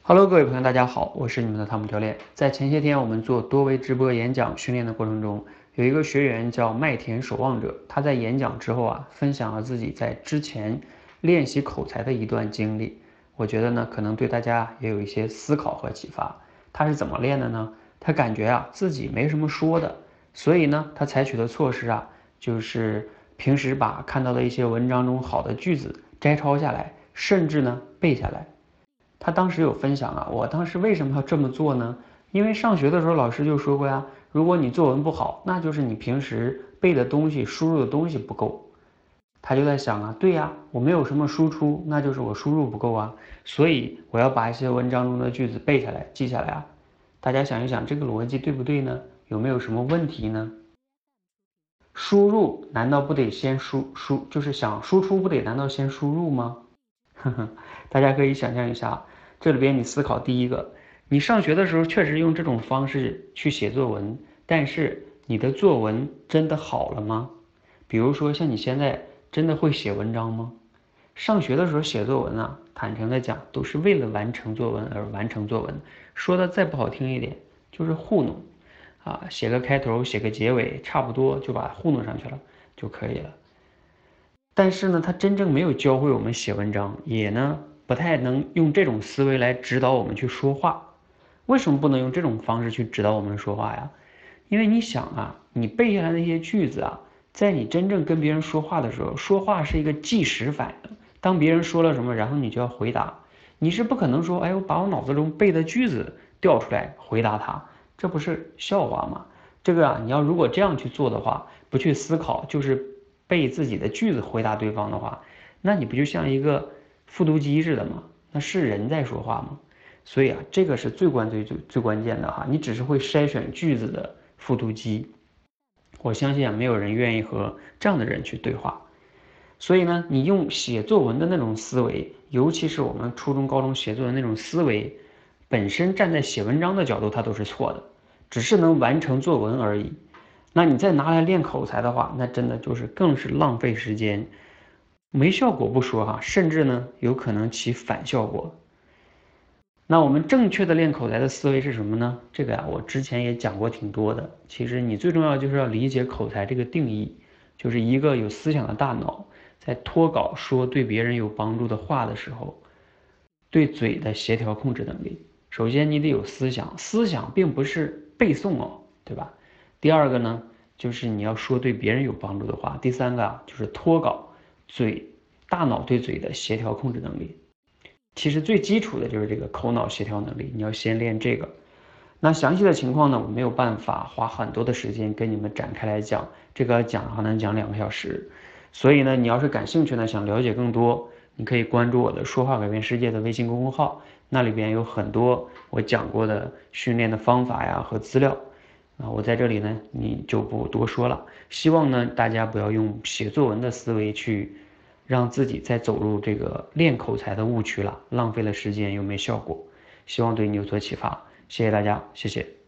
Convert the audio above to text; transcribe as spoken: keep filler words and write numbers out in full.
Hello，各位朋友，大家好，我是你们的汤姆教练。在前些天我们做多维直播演讲训练的过程中，有一个学员叫麦田守望者，他在演讲之后啊，分享了自己在之前练习口才的一段经历。我觉得呢，可能对大家也有一些思考和启发。他是怎么练的呢？他感觉啊自己没什么说的，所以呢，他采取的措施啊，就是平时把看到的一些文章中好的句子摘抄下来，甚至呢背下来。他当时有分享啊，我当时为什么要这么做呢？因为上学的时候老师就说过呀，如果你作文不好，那就是你平时背的东西、输入的东西不够。他就在想啊，对呀，我没有什么输出，那就是我输入不够啊，所以我要把一些文章中的句子背下来、记下来啊。大家想一想，这个逻辑对不对呢？有没有什么问题呢？输入难道不得先输输，就是想输出不得难道先输入吗？呵呵，大家可以想象一下，这里边你思考第一个，你上学的时候确实用这种方式去写作文，但是你的作文真的好了吗？比如说像你现在真的会写文章吗？上学的时候写作文啊，坦诚的讲，都是为了完成作文而完成作文，说的再不好听一点，就是糊弄，啊，写个开头，写个结尾，差不多就把它糊弄上去了就可以了。但是呢，他真正没有教会我们写文章，也呢不太能用这种思维来指导我们去说话。为什么不能用这种方式去指导我们说话呀？因为你想啊，你背下来那些句子啊，在你真正跟别人说话的时候，说话是一个即时反应。当别人说了什么，然后你就要回答，你是不可能说，哎，我把我脑子中背的句子调出来回答他，这不是笑话吗？这个啊，你要如果这样去做的话，不去思考，就是背自己的句子回答对方的话，那你不就像一个复读机似的吗？那是人在说话吗？所以啊，这个是最关最最最关键的哈，你只是会筛选句子的复读机，我相信啊，没有人愿意和这样的人去对话。所以呢，你用写作文的那种思维，尤其是我们初中、高中写作文那种思维，本身站在写文章的角度，它都是错的，只是能完成作文而已。那你再拿来练口才的话，那真的就是更是浪费时间，没效果不说哈，甚至呢有可能起反效果。那我们正确的练口才的思维是什么呢？这个呀，我之前也讲过挺多的。其实你最重要就是要理解口才这个定义，就是一个有思想的大脑在脱稿说对别人有帮助的话的时候，对嘴的协调控制能力。首先你得有思想，思想并不是背诵哦，对吧？第二个呢，就是你要说对别人有帮助的话。第三个啊，就是脱稿，嘴大脑对嘴的协调控制能力。其实最基础的就是这个口脑协调能力，你要先练这个。那详细的情况呢，我没有办法花很多的时间跟你们展开来讲，这个讲还能讲两个小时。所以呢，你要是感兴趣呢，想了解更多，你可以关注我的“说话改变世界”的微信公众号，那里边有很多我讲过的训练的方法呀和资料。啊，我在这里呢，你就不多说了。希望呢，大家不要用写作文的思维去让自己再走入这个练口才的误区了，浪费了时间又没效果。希望对你有所启发，谢谢大家，谢谢。